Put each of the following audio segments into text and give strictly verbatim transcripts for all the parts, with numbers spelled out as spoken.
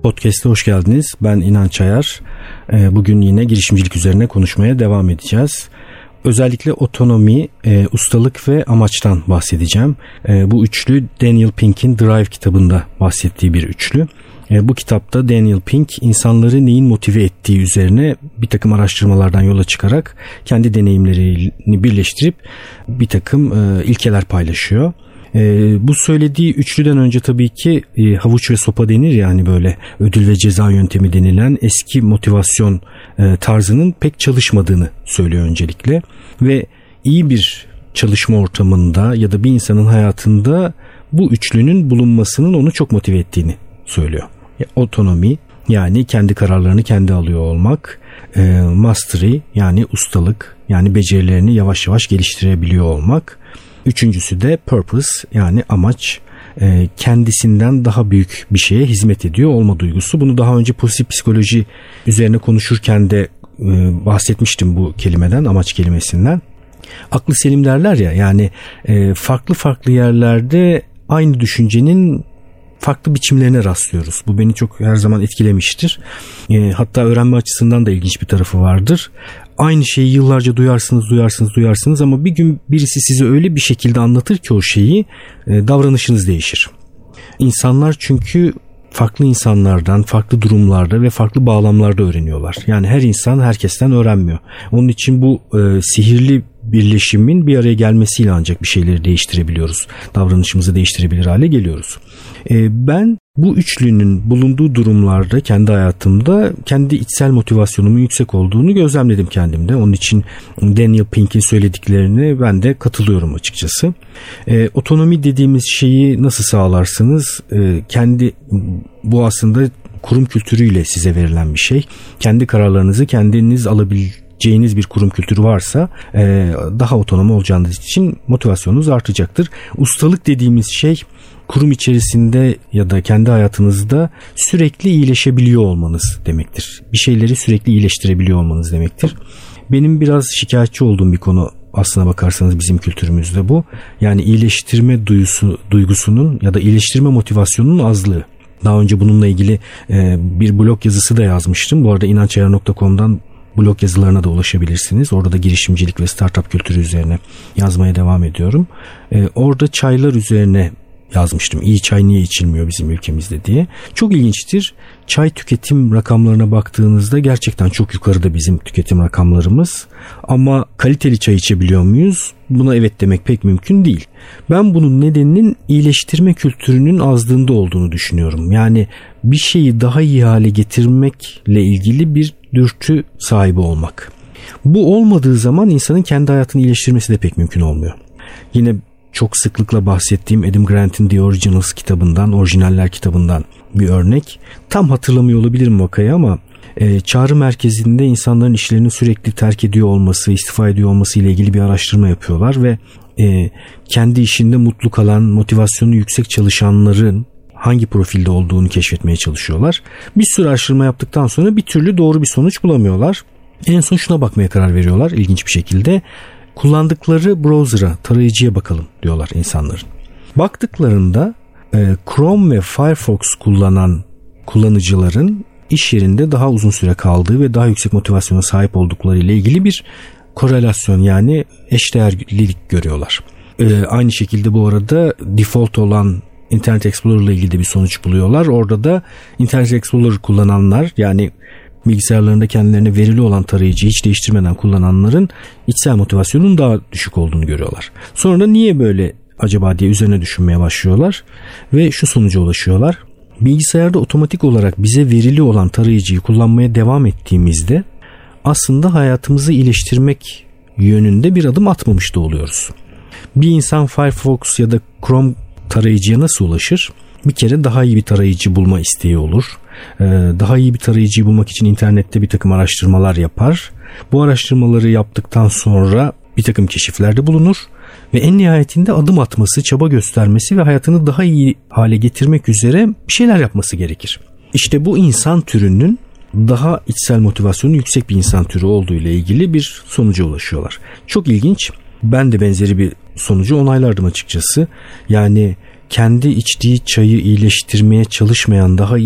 Podcast'e hoş geldiniz. Ben İnanç Ayar. Bugün yine girişimcilik üzerine konuşmaya devam edeceğiz. Özellikle otonomi, e, ustalık ve amaçtan bahsedeceğim. E, bu üçlü Daniel Pink'in Drive kitabında bahsettiği bir üçlü. E, bu kitapta Daniel Pink insanları neyin motive ettiği üzerine bir takım araştırmalardan yola çıkarak kendi deneyimlerini birleştirip bir takım e, ilkeler paylaşıyor. E, bu söylediği üçlüden önce tabii ki e, havuç ve sopa denir ya, hani böyle ödül ve ceza yöntemi denilen eski motivasyon e, tarzının pek çalışmadığını söylüyor öncelikle ve iyi bir çalışma ortamında ya da bir insanın hayatında bu üçlünün bulunmasının onu çok motive ettiğini söylüyor. E, otonomi, yani kendi kararlarını kendi alıyor olmak, e, mastery, yani ustalık, yani becerilerini yavaş yavaş geliştirebiliyor olmak. Üçüncüsü de purpose, yani amaç, kendisinden daha büyük bir şeye hizmet ediyor olma duygusu. Bunu daha önce pozitif psikoloji üzerine konuşurken de bahsetmiştim bu kelimeden, amaç kelimesinden. Aklı selim derler ya, yani farklı farklı yerlerde aynı düşüncenin farklı biçimlerine rastlıyoruz. Bu beni çok her zaman etkilemiştir. Hatta öğrenme açısından da ilginç bir tarafı vardır. Aynı şeyi yıllarca duyarsınız, duyarsınız, duyarsınız ama bir gün birisi size öyle bir şekilde anlatır ki o şeyi, davranışınız değişir. İnsanlar çünkü farklı insanlardan, farklı durumlarda ve farklı bağlamlarda öğreniyorlar. Yani her insan herkesten öğrenmiyor. Onun için bu e, sihirli birleşimin bir araya gelmesiyle ancak bir şeyleri değiştirebiliyoruz. Davranışımızı değiştirebilir hale geliyoruz. E, ben bu üçlünün bulunduğu durumlarda kendi hayatımda kendi içsel motivasyonumun yüksek olduğunu gözlemledim kendimde. Onun için Daniel Pink'in söylediklerine ben de katılıyorum açıkçası. E, otonomi dediğimiz şeyi nasıl sağlarsınız? E, kendi bu aslında kurum kültürüyle size verilen bir şey. Kendi kararlarınızı kendiniz alabileceğiniz bir kurum kültürü varsa e, daha otonom olacağınız için motivasyonunuz artacaktır. Ustalık dediğimiz şey kurum içerisinde ya da kendi hayatınızda sürekli iyileşebiliyor olmanız demektir. Bir şeyleri sürekli iyileştirebiliyor olmanız demektir. Benim biraz şikayetçi olduğum bir konu aslına bakarsanız bizim kültürümüzde bu. Yani iyileştirme duygusu, duygusunun ya da iyileştirme motivasyonunun azlığı. Daha önce bununla ilgili e, bir blog yazısı da yazmıştım. Bu arada inançayar nokta com'dan blog yazılarına da ulaşabilirsiniz. Orada da girişimcilik ve startup kültürü üzerine yazmaya devam ediyorum. E, orada çaylar üzerine yazmıştım. İyi çay niye içilmiyor bizim ülkemizde diye. Çok ilginçtir. Çay tüketim rakamlarına baktığınızda gerçekten çok yukarıda bizim tüketim rakamlarımız. Ama kaliteli çay içebiliyor muyuz? Buna evet demek pek mümkün değil. Ben bunun nedeninin iyileştirme kültürünün azlığında olduğunu düşünüyorum. Yani bir şeyi daha iyi hale getirmekle ilgili bir dürtü sahibi olmak. Bu olmadığı zaman insanın kendi hayatını iyileştirmesi de pek mümkün olmuyor. Yine çok sıklıkla bahsettiğim Adam Grant'in The Originals kitabından, orijinaller kitabından bir örnek. Tam hatırlamıyor olabilirim vakayı ama e, çağrı merkezinde insanların işlerini sürekli terk ediyor olması, istifa ediyor olması ile ilgili bir araştırma yapıyorlar ve e, kendi işinde mutlu kalan, motivasyonu yüksek çalışanların hangi profilde olduğunu keşfetmeye çalışıyorlar. Bir sürü araştırma yaptıktan sonra bir türlü doğru bir sonuç bulamıyorlar. En son şuna bakmaya karar veriyorlar ilginç bir şekilde. Kullandıkları browser'a, tarayıcıya bakalım diyorlar insanların. Baktıklarında e, Chrome ve Firefox kullanan kullanıcıların iş yerinde daha uzun süre kaldığı ve daha yüksek motivasyona sahip oldukları ile ilgili bir korelasyon, yani eşdeğerlilik görüyorlar. E, aynı şekilde bu arada default olan Internet Explorer ile ilgili bir sonuç buluyorlar. Orada da Internet Explorer kullananlar, yani bilgisayarlarında kendilerine verili olan tarayıcıyı hiç değiştirmeden kullananların içsel motivasyonun daha düşük olduğunu görüyorlar. Sonra niye böyle acaba diye üzerine düşünmeye başlıyorlar ve şu sonuca ulaşıyorlar. Bilgisayarda otomatik olarak bize verili olan tarayıcıyı kullanmaya devam ettiğimizde aslında hayatımızı iyileştirmek yönünde bir adım atmamış da oluyoruz. Bir insan Firefox ya da Chrome tarayıcıya nasıl ulaşır? Bir kere daha iyi bir tarayıcı bulma isteği olur. Daha iyi bir tarayıcıyı bulmak için internette bir takım araştırmalar yapar. Bu araştırmaları yaptıktan sonra bir takım keşiflerde bulunur ve en nihayetinde adım atması, çaba göstermesi ve hayatını daha iyi hale getirmek üzere bir şeyler yapması gerekir. İşte bu insan türünün daha içsel motivasyonu yüksek bir insan türü olduğu ile ilgili bir sonuca ulaşıyorlar. Çok ilginç. Ben de benzeri bir sonucu onaylardım açıkçası. Yani kendi içtiği çayı iyileştirmeye çalışmayan, daha iyi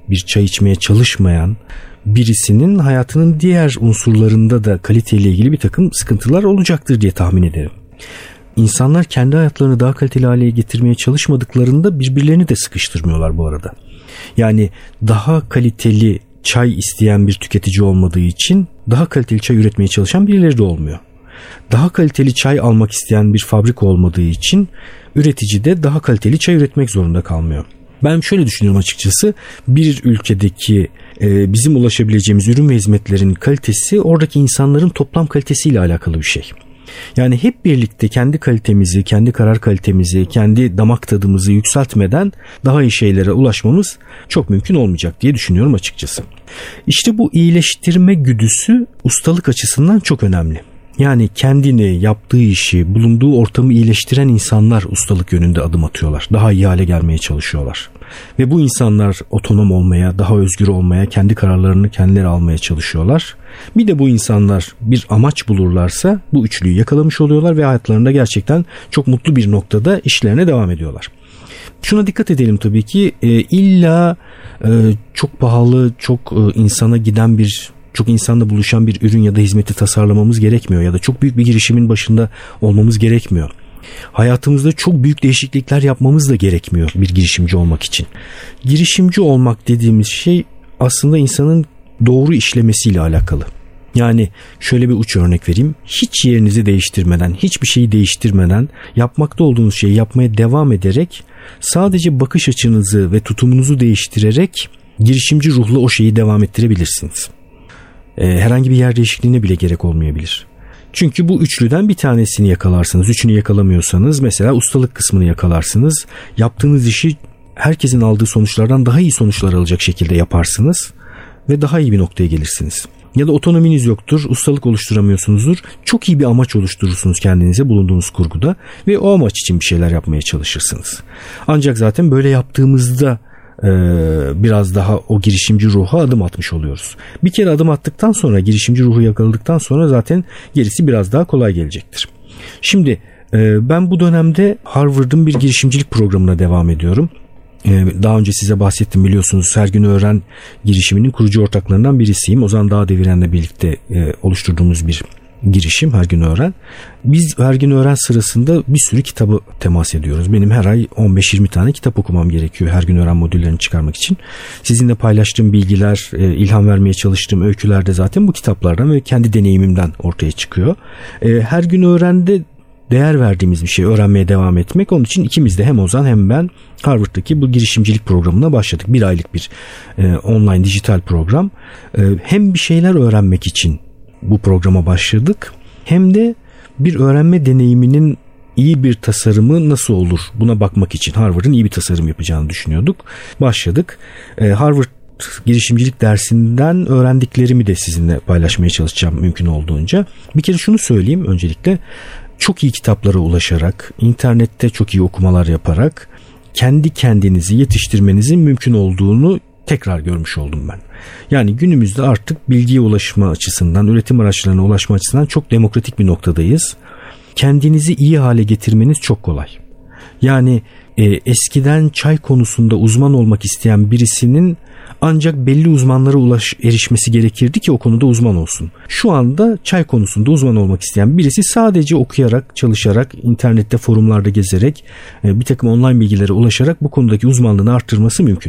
bir çay içmeye çalışmayan birisinin hayatının diğer unsurlarında da kaliteyle ilgili bir takım sıkıntılar olacaktır diye tahmin ederim. İnsanlar kendi hayatlarını daha kaliteli hale getirmeye çalışmadıklarında birbirlerini de sıkıştırmıyorlar bu arada. Yani daha kaliteli çay isteyen bir tüketici olmadığı için daha kaliteli çay üretmeye çalışan birileri de olmuyor. Daha kaliteli çay almak isteyen bir fabrika olmadığı için üretici de daha kaliteli çay üretmek zorunda kalmıyor. Ben şöyle düşünüyorum açıkçası, bir ülkedeki e, bizim ulaşabileceğimiz ürün ve hizmetlerin kalitesi oradaki insanların toplam kalitesiyle alakalı bir şey. Yani hep birlikte kendi kalitemizi, kendi karar kalitemizi, kendi damak tadımızı yükseltmeden daha iyi şeylere ulaşmamız çok mümkün olmayacak diye düşünüyorum açıkçası. İşte bu iyileştirme güdüsü ustalık açısından çok önemli. Yani kendini, yaptığı işi, bulunduğu ortamı iyileştiren insanlar ustalık yönünde adım atıyorlar. Daha iyi hale gelmeye çalışıyorlar. Ve bu insanlar otonom olmaya, daha özgür olmaya, kendi kararlarını kendileri almaya çalışıyorlar. Bir de bu insanlar bir amaç bulurlarsa bu üçlüyü yakalamış oluyorlar ve hayatlarında gerçekten çok mutlu bir noktada işlerine devam ediyorlar. Şuna dikkat edelim tabii ki, e, illa e, çok pahalı, çok e, insana giden bir, çok insanla buluşan bir ürün ya da hizmeti tasarlamamız gerekmiyor ya da çok büyük bir girişimin başında olmamız gerekmiyor. Hayatımızda çok büyük değişiklikler yapmamız da gerekmiyor bir girişimci olmak için. Girişimci olmak dediğimiz şey aslında insanın doğru işlemesiyle alakalı. Yani şöyle bir uç örnek vereyim. Hiç yerinizi değiştirmeden, hiçbir şeyi değiştirmeden, yapmakta olduğunuz şeyi yapmaya devam ederek, sadece bakış açınızı ve tutumunuzu değiştirerek girişimci ruhla o şeyi devam ettirebilirsiniz. Herhangi bir yer değişikliğine bile gerek olmayabilir. Çünkü bu üçlüden bir tanesini yakalarsınız. Üçünü yakalamıyorsanız mesela ustalık kısmını yakalarsınız. Yaptığınız işi herkesin aldığı sonuçlardan daha iyi sonuçlar alacak şekilde yaparsınız ve daha iyi bir noktaya gelirsiniz. Ya da otonominiz yoktur, ustalık oluşturamıyorsunuzdur. Çok iyi bir amaç oluşturursunuz kendinize bulunduğunuz kurguda ve o amaç için bir şeyler yapmaya çalışırsınız. Ancak zaten böyle yaptığımızda Ee, biraz daha o girişimci ruha adım atmış oluyoruz. Bir kere adım attıktan sonra, girişimci ruhu yakaladıktan sonra zaten gerisi biraz daha kolay gelecektir. Şimdi e, ben bu dönemde Harvard'ın bir girişimcilik programına devam ediyorum. Ee, daha önce size bahsettim, biliyorsunuz, Her Gün Öğren girişiminin kurucu ortaklarından birisiyim. Ozan Dağdeviren'le birlikte e, oluşturduğumuz bir girişim Her Gün Öğren. Biz Her Gün Öğren sırasında bir sürü kitabı temas ediyoruz. Benim her ay on beş yirmi tane kitap okumam gerekiyor Her Gün Öğren modüllerini çıkarmak için. Sizinle paylaştığım bilgiler, ilham vermeye çalıştığım öyküler de zaten bu kitaplardan ve kendi deneyimimden ortaya çıkıyor. Her Gün Öğren'de değer verdiğimiz bir şey öğrenmeye devam etmek. Onun için ikimiz de, hem Ozan hem ben, Harvard'daki bu girişimcilik programına başladık. Bir aylık bir online dijital program. Hem bir şeyler öğrenmek için bu programa başladık, hem de bir öğrenme deneyiminin iyi bir tasarımı nasıl olur buna bakmak için Harvard'ın iyi bir tasarım yapacağını düşünüyorduk. Başladık. Ee, Harvard girişimcilik dersinden öğrendiklerimi de sizinle paylaşmaya çalışacağım mümkün olduğunca. Bir kere şunu söyleyeyim öncelikle, çok iyi kitaplara ulaşarak, internette çok iyi okumalar yaparak kendi kendinizi yetiştirmenizin mümkün olduğunu tekrar görmüş oldum ben. Yani günümüzde artık bilgiye ulaşma açısından, üretim araçlarına ulaşma açısından çok demokratik bir noktadayız. Kendinizi iyi hale getirmeniz çok kolay. Yani e, eskiden çay konusunda uzman olmak isteyen birisinin ancak belli uzmanlara ulaş, erişmesi gerekirdi ki o konuda uzman olsun. Şu anda çay konusunda uzman olmak isteyen birisi sadece okuyarak, çalışarak, internette forumlarda gezerek, e, bir takım online bilgilere ulaşarak bu konudaki uzmanlığını arttırması mümkün.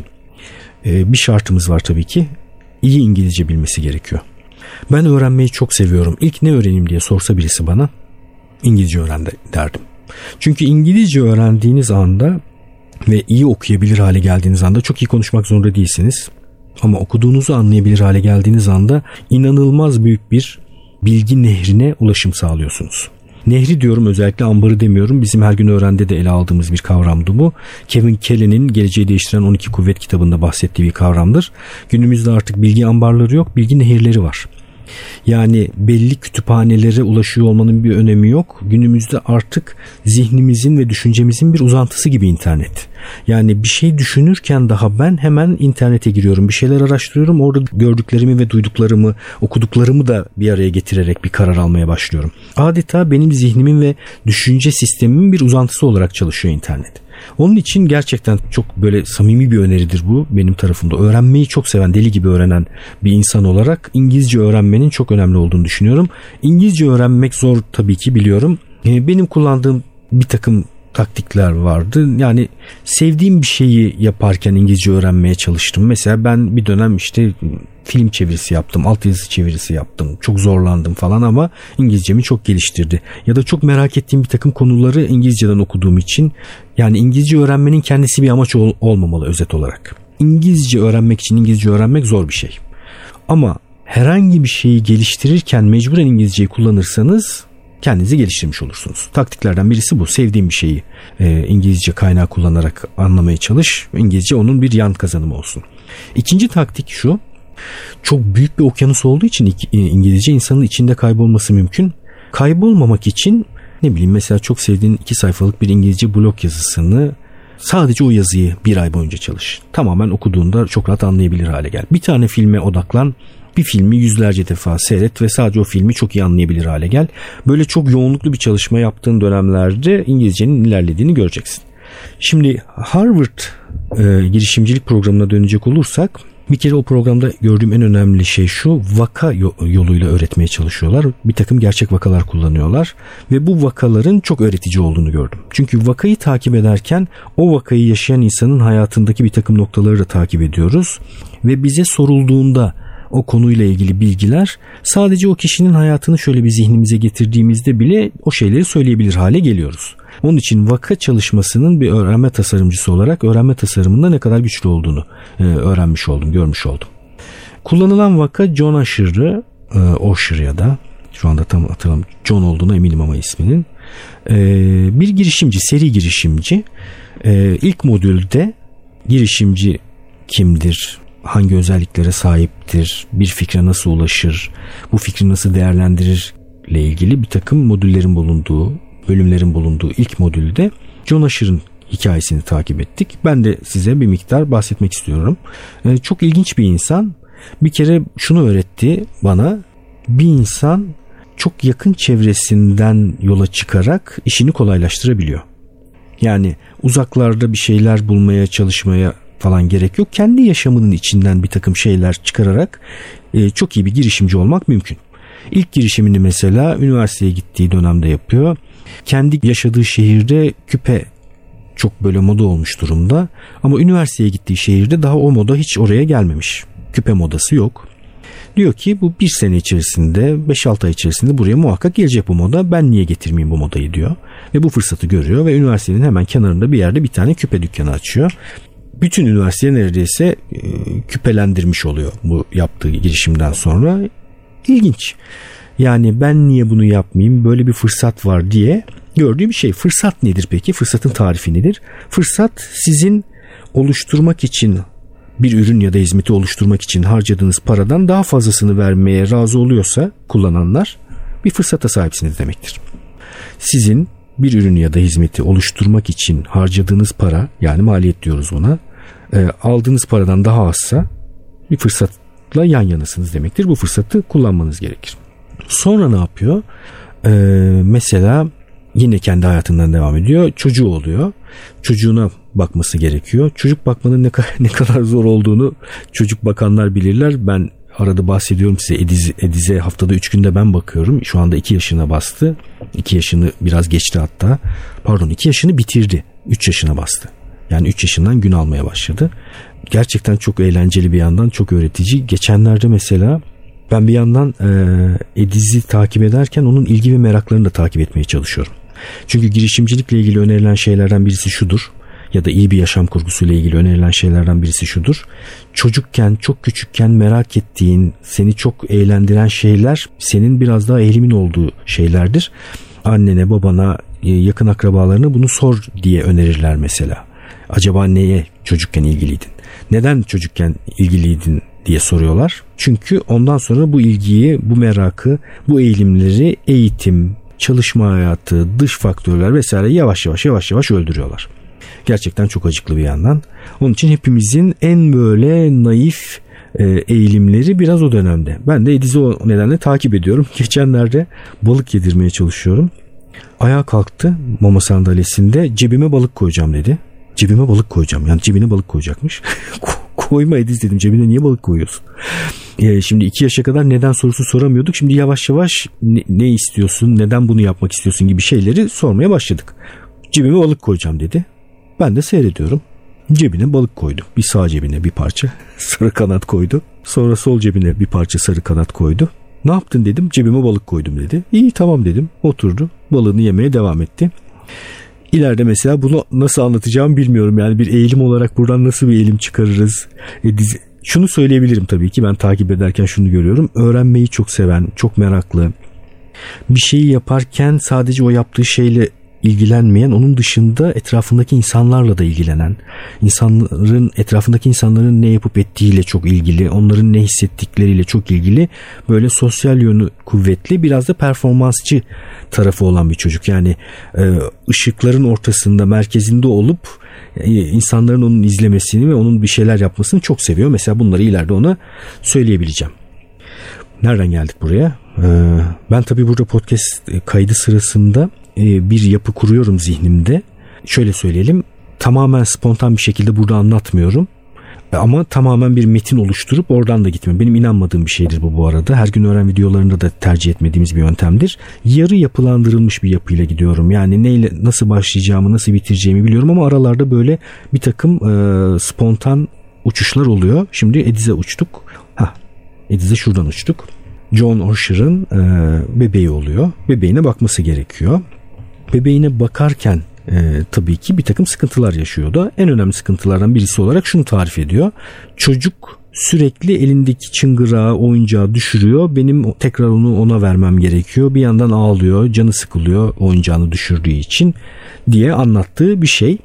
Bir şartımız var tabii ki. İyi İngilizce bilmesi gerekiyor. Ben öğrenmeyi çok seviyorum. İlk ne öğreneyim diye sorsa birisi bana, İngilizce öğren derdim. Çünkü İngilizce öğrendiğiniz anda ve iyi okuyabilir hale geldiğiniz anda, çok iyi konuşmak zorunda değilsiniz, ama okuduğunuzu anlayabilir hale geldiğiniz anda inanılmaz büyük bir bilgi nehrine ulaşım sağlıyorsunuz. Nehri diyorum, özellikle ambarı demiyorum. Bizim Her Gün Öğren'de de ele aldığımız bir kavramdı bu. Kevin Kelly'nin Geleceği Değiştiren on iki Kuvvet kitabında bahsettiği bir kavramdır. Günümüzde artık bilgi ambarları yok, bilgi nehirleri var. Yani belli kütüphanelere ulaşıyor olmanın bir önemi yok. Günümüzde artık zihnimizin ve düşüncemizin bir uzantısı gibi internet. Yani bir şey düşünürken daha ben hemen internete giriyorum. Bir şeyler araştırıyorum. Orada gördüklerimi ve duyduklarımı, okuduklarımı da bir araya getirerek bir karar almaya başlıyorum. Adeta benim zihnimin ve düşünce sistemimin bir uzantısı olarak çalışıyor internet. Onun için gerçekten çok böyle samimi bir öneridir bu benim tarafımda. Öğrenmeyi çok seven, deli gibi öğrenen bir insan olarak İngilizce öğrenmenin çok önemli olduğunu düşünüyorum. İngilizce öğrenmek zor tabii ki, biliyorum. Benim kullandığım bir takım taktikler vardı. Yani sevdiğim bir şeyi yaparken İngilizce öğrenmeye çalıştım. Mesela ben bir dönem işte film çevirisi yaptım, altyazı çevirisi yaptım. Çok zorlandım falan ama İngilizcemi çok geliştirdi. Ya da çok merak ettiğim bir takım konuları İngilizceden okuduğum için, yani İngilizce öğrenmenin kendisi bir amaç ol- olmamalı özet olarak. İngilizce öğrenmek için İngilizce öğrenmek zor bir şey. Ama herhangi bir şeyi geliştirirken mecburen İngilizceyi kullanırsanız kendinizi geliştirmiş olursunuz. Taktiklerden birisi bu. Sevdiğim bir şeyi e, İngilizce kaynağı kullanarak anlamaya çalış. İngilizce onun bir yan kazanımı olsun. İkinci taktik şu. Çok büyük bir okyanus olduğu için İngilizce insanın içinde kaybolması mümkün. Kaybolmamak için ne bileyim mesela çok sevdiğin iki sayfalık bir İngilizce blog yazısını, sadece o yazıyı bir ay boyunca çalış. Tamamen okuduğunda çok rahat anlayabilir hale gel. Bir tane filme odaklan. Bir filmi yüzlerce defa seyret ve sadece o filmi çok iyi anlayabilir hale gel. Böyle çok yoğunluklu bir çalışma yaptığın dönemlerde İngilizcenin ilerlediğini göreceksin. Şimdi Harvard e, girişimcilik programına dönecek olursak, bir kere o programda gördüğüm en önemli şey şu: vaka yoluyla öğretmeye çalışıyorlar. Bir takım gerçek vakalar kullanıyorlar ve bu vakaların çok öğretici olduğunu gördüm. Çünkü vakayı takip ederken o vakayı yaşayan insanın hayatındaki bir takım noktaları da takip ediyoruz ve bize sorulduğunda o konuyla ilgili bilgiler, sadece o kişinin hayatını şöyle bir zihnimize getirdiğimizde bile o şeyleri söyleyebilir hale geliyoruz. Onun için vaka çalışmasının bir öğrenme tasarımcısı olarak öğrenme tasarımında ne kadar güçlü olduğunu e, öğrenmiş oldum, görmüş oldum. Kullanılan vaka John Osher'ı, e, Osher ya da şu anda tam hatırlamıyorum, John olduğuna eminim ama isminin, e, bir girişimci, seri girişimci. E, ilk modülde girişimci kimdir, hangi özelliklere sahiptir, bir fikre nasıl ulaşır, bu fikri nasıl değerlendirir ile ilgili bir takım modüllerin bulunduğu, bölümlerin bulunduğu ilk modülde John Osher'ın hikayesini takip ettik. Ben de size bir miktar bahsetmek istiyorum. Ee, çok ilginç bir insan. Bir kere şunu öğretti bana: bir insan çok yakın çevresinden yola çıkarak işini kolaylaştırabiliyor. Yani uzaklarda bir şeyler bulmaya, çalışmaya falan gerek yok. Kendi yaşamının içinden bir takım şeyler çıkararak e, çok iyi bir girişimci olmak mümkün. İlk girişimini mesela üniversiteye gittiği dönemde yapıyor. Kendi yaşadığı şehirde küpe çok böyle moda olmuş durumda. Ama üniversiteye gittiği şehirde daha o moda hiç oraya gelmemiş. Küpe modası yok. Diyor ki bu bir sene içerisinde, beş altı ay içerisinde buraya muhakkak gelecek bu moda. Ben niye getirmeyeyim bu modayı diyor. Ve bu fırsatı görüyor ve üniversitenin hemen kenarında bir yerde bir tane küpe dükkanı açıyor. Bütün üniversiteyi neredeyse e, küpelendirmiş oluyor bu yaptığı girişimden sonra. İlginç. Yani ben niye bunu yapmayayım? Böyle bir fırsat var diye gördüğü bir şey. Fırsat nedir peki? Fırsatın tarifi nedir? Fırsat, sizin oluşturmak için, bir ürün ya da hizmeti oluşturmak için harcadığınız paradan daha fazlasını vermeye razı oluyorsa kullananlar, bir fırsata sahipsiniz demektir. Sizin bir ürün ya da hizmeti oluşturmak için harcadığınız para, yani maliyet diyoruz buna, e, aldığınız paradan daha azsa bir fırsatla yan yanasınız demektir. Bu fırsatı kullanmanız gerekir. Sonra ne yapıyor? E, mesela yine kendi hayatından devam ediyor. Çocuğu oluyor. Çocuğuna bakması gerekiyor. Çocuk bakmanın ne kadar, ne kadar zor olduğunu çocuk bakanlar bilirler. Ben arada bahsediyorum size. Ediz, Ediz'e haftada üç günde ben bakıyorum. Şu anda iki yaşına bastı. iki yaşını biraz geçti hatta. Pardon, iki yaşını bitirdi. üç yaşına bastı. Yani üç yaşından gün almaya başladı. Gerçekten çok eğlenceli, bir yandan çok öğretici. Geçenlerde mesela ben bir yandan e, Ediz'i takip ederken onun ilgi ve meraklarını da takip etmeye çalışıyorum. Çünkü girişimcilikle ilgili önerilen şeylerden birisi şudur, ya da iyi bir yaşam kurgusuyla ilgili önerilen şeylerden birisi şudur: çocukken, çok küçükken merak ettiğin, seni çok eğlendiren şeyler senin biraz daha eğilimin olduğu şeylerdir. Annene, babana, yakın akrabalarına bunu sor diye önerirler mesela. Acaba neye çocukken ilgiliydin? Neden çocukken ilgiliydin diye soruyorlar. Çünkü ondan sonra bu ilgiyi, bu merakı, bu eğilimleri eğitim, çalışma hayatı, dış faktörler vesaire yavaş yavaş yavaş yavaş öldürüyorlar. Gerçekten çok acıklı bir yandan. Onun için hepimizin en böyle naif e, eğilimleri biraz o dönemde. Ben de Ediz'i o nedenle takip ediyorum. Geçenlerde balık yedirmeye çalışıyorum. Ayağa kalktı mama sandalyesinde, cebime balık koyacağım dedi. cebime balık koyacağım. Yani cebine balık koyacakmış. Koyma Ediz dedim, cebine niye balık koyuyorsun? Ee, şimdi iki yaşa kadar neden sorusu soramıyorduk. Şimdi yavaş yavaş ne, ne istiyorsun, neden bunu yapmak istiyorsun gibi şeyleri sormaya başladık. Cebime balık koyacağım dedi. Ben de seyrediyorum. Cebine balık koydu. Bir sağ cebine bir parça sarı kanat koydu. Sonra sol cebine bir parça sarı kanat koydu. Ne yaptın dedim. Cebime balık koydum dedi. İyi tamam dedim. Oturdu. Balığını yemeye devam etti. İleride mesela bunu nasıl anlatacağımı bilmiyorum. Yani bir eğilim olarak buradan nasıl bir eğilim çıkarırız? E, dizi, şunu söyleyebilirim tabii ki, ben takip ederken şunu görüyorum. Öğrenmeyi çok seven, çok meraklı. Bir şeyi yaparken sadece o yaptığı şeyle ilgilenmeyen, onun dışında etrafındaki insanlarla da ilgilenen, insanların, etrafındaki insanların ne yapıp ettiğiyle çok ilgili, onların ne hissettikleriyle çok ilgili, böyle sosyal yönü kuvvetli, biraz da performansçı tarafı olan bir çocuk. Yani ışıkların ortasında, merkezinde olup insanların onun izlemesini ve onun bir şeyler yapmasını çok seviyor. Mesela bunları ileride ona söyleyebileceğim. Nereden geldik buraya? Ben tabii burada podcast kaydı sırasında bir yapı kuruyorum zihnimde. Şöyle söyleyelim, tamamen spontan bir şekilde burada anlatmıyorum. Ama tamamen bir metin oluşturup oradan da gitmiyorum. Benim inanmadığım bir şeydir bu bu arada. Her gün öğren videolarında da tercih etmediğimiz bir yöntemdir. Yarı yapılandırılmış bir yapıyla gidiyorum. Yani neyle, nasıl başlayacağımı, nasıl bitireceğimi biliyorum ama aralarda böyle bir takım e, spontan uçuşlar oluyor. Şimdi Ediz'e uçtuk. Hah, Ediz'e şuradan uçtuk. John Osher'ın e, bebeği oluyor. Bebeğine bakması gerekiyor. Bebeğine bakarken e, tabii ki bir takım sıkıntılar yaşıyordu. En önemli sıkıntılardan birisi olarak şunu tarif ediyor. Çocuk sürekli elindeki çıngırağı, oyuncağı düşürüyor. Benim tekrar onu ona vermem gerekiyor. Bir yandan ağlıyor, canı sıkılıyor oyuncağını düşürdüğü için diye anlattığı bir şey.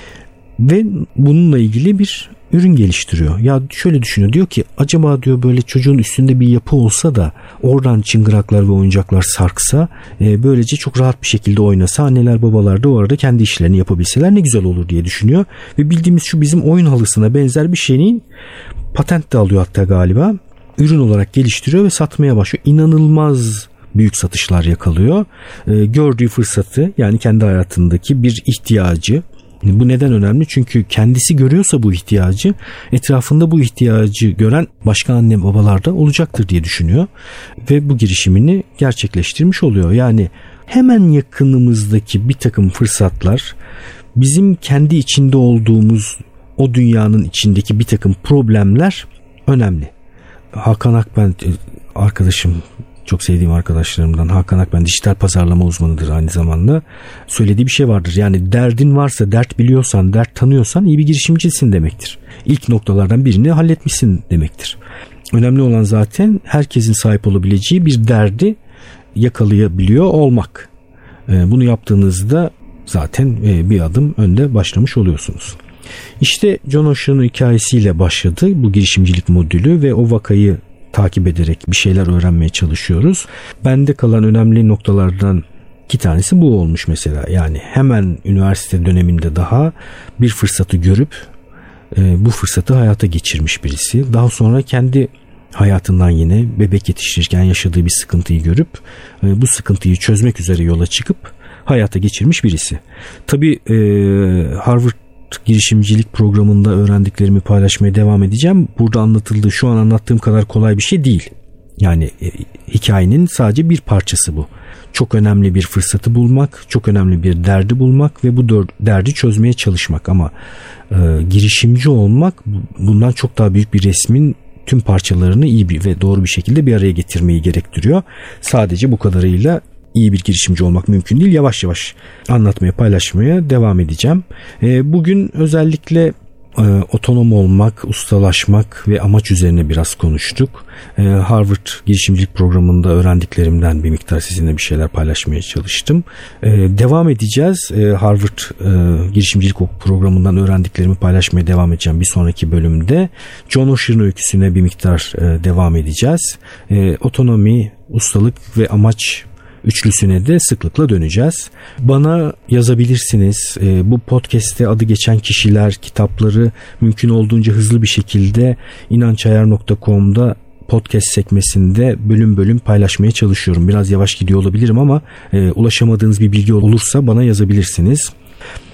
Ve bununla ilgili bir ürün geliştiriyor. Ya şöyle düşünüyor, diyor ki acaba diyor böyle çocuğun üstünde bir yapı olsa da oradan çıngıraklar ve oyuncaklar sarksa, e, böylece çok rahat bir şekilde oynasa, anneler babalar da o arada kendi işlerini yapabilseler ne güzel olur diye düşünüyor. Ve bildiğimiz şu bizim oyun halısına benzer bir şeyin patent de alıyor hatta galiba. Ürün olarak geliştiriyor ve satmaya başlıyor. İnanılmaz büyük satışlar yakalıyor. E, gördüğü fırsatı, yani kendi hayatındaki bir ihtiyacı. Bu neden önemli? Çünkü kendisi görüyorsa bu ihtiyacı, etrafında bu ihtiyacı gören başka anne babalar da olacaktır diye düşünüyor. Ve bu girişimini gerçekleştirmiş oluyor. Yani hemen yakınımızdaki bir takım fırsatlar, bizim kendi içinde olduğumuz o dünyanın içindeki bir takım problemler önemli. Hakan Akben arkadaşım, çok sevdiğim arkadaşlarımdan Hakan Akben, dijital pazarlama uzmanıdır aynı zamanda. Söylediği bir şey vardır. Yani derdin varsa, dert biliyorsan, dert tanıyorsan iyi bir girişimcisin demektir. İlk noktalardan birini halletmişsin demektir. Önemli olan zaten herkesin sahip olabileceği bir derdi yakalayabiliyor olmak. Bunu yaptığınızda zaten bir adım önde başlamış oluyorsunuz. İşte John Osher'ın hikayesiyle başladı bu girişimcilik modülü ve o vakayı takip ederek bir şeyler öğrenmeye çalışıyoruz. Bende kalan önemli noktalardan iki tanesi bu olmuş mesela. Yani hemen üniversite döneminde daha bir fırsatı görüp e, bu fırsatı hayata geçirmiş birisi. Daha sonra kendi hayatından yine bebek yetiştirirken yaşadığı bir sıkıntıyı görüp e, bu sıkıntıyı çözmek üzere yola çıkıp hayata geçirmiş birisi. Tabii e, Harvard girişimcilik programında öğrendiklerimi paylaşmaya devam edeceğim. Burada anlatıldığı, şu an anlattığım kadar kolay bir şey değil. Yani e, hikayenin sadece bir parçası bu. Çok önemli bir fırsatı bulmak, çok önemli bir derdi bulmak ve bu dör, derdi çözmeye çalışmak. Ama e, girişimci olmak bundan çok daha büyük bir resmin tüm parçalarını iyi bir ve doğru bir şekilde bir araya getirmeyi gerektiriyor. Sadece bu kadarıyla iyi bir girişimci olmak mümkün değil. Yavaş yavaş anlatmaya, paylaşmaya devam edeceğim. Bugün özellikle otonom olmak, ustalaşmak ve amaç üzerine biraz konuştuk. Harvard girişimcilik programında öğrendiklerimden bir miktar sizinle bir şeyler paylaşmaya çalıştım. Devam edeceğiz. Harvard girişimcilik programından öğrendiklerimi paylaşmaya devam edeceğim bir sonraki bölümde. John Osher'ın öyküsüne bir miktar devam edeceğiz. Otonomi, ustalık ve amaç üçlüsüne de sıklıkla döneceğiz. Bana yazabilirsiniz. E, bu podcast'te adı geçen kişiler, kitapları mümkün olduğunca hızlı bir şekilde inançayar nokta com'da podcast sekmesinde bölüm bölüm paylaşmaya çalışıyorum. Biraz yavaş gidiyor olabilirim ama e, ulaşamadığınız bir bilgi olursa bana yazabilirsiniz.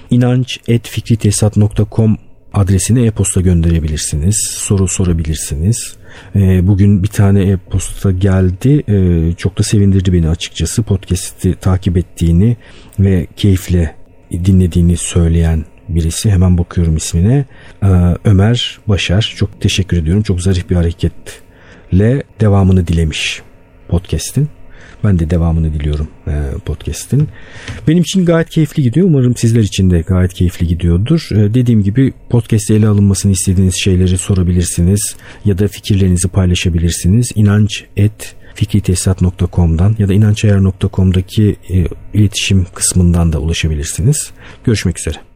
inanç et fikritesat nokta com adresine e-posta gönderebilirsiniz. Soru sorabilirsiniz. E, bugün bir tane e-posta geldi. E, çok da sevindirdi beni açıkçası. Podcast'i takip ettiğini ve keyifle dinlediğini söyleyen birisi. Hemen bakıyorum ismine. E, Ömer Başar. Çok teşekkür ediyorum. Çok zarif bir hareketle devamını dilemiş podcast'in. Ben de devamını diliyorum e, podcast'in. Benim için gayet keyifli gidiyor. Umarım sizler için de gayet keyifli gidiyordur. E, dediğim gibi podcast'te ele alınmasını istediğiniz şeyleri sorabilirsiniz ya da fikirlerinizi paylaşabilirsiniz. inanç et fikritesat nokta com'dan ya da inançayar nokta com'daki e, iletişim kısmından da ulaşabilirsiniz. Görüşmek üzere.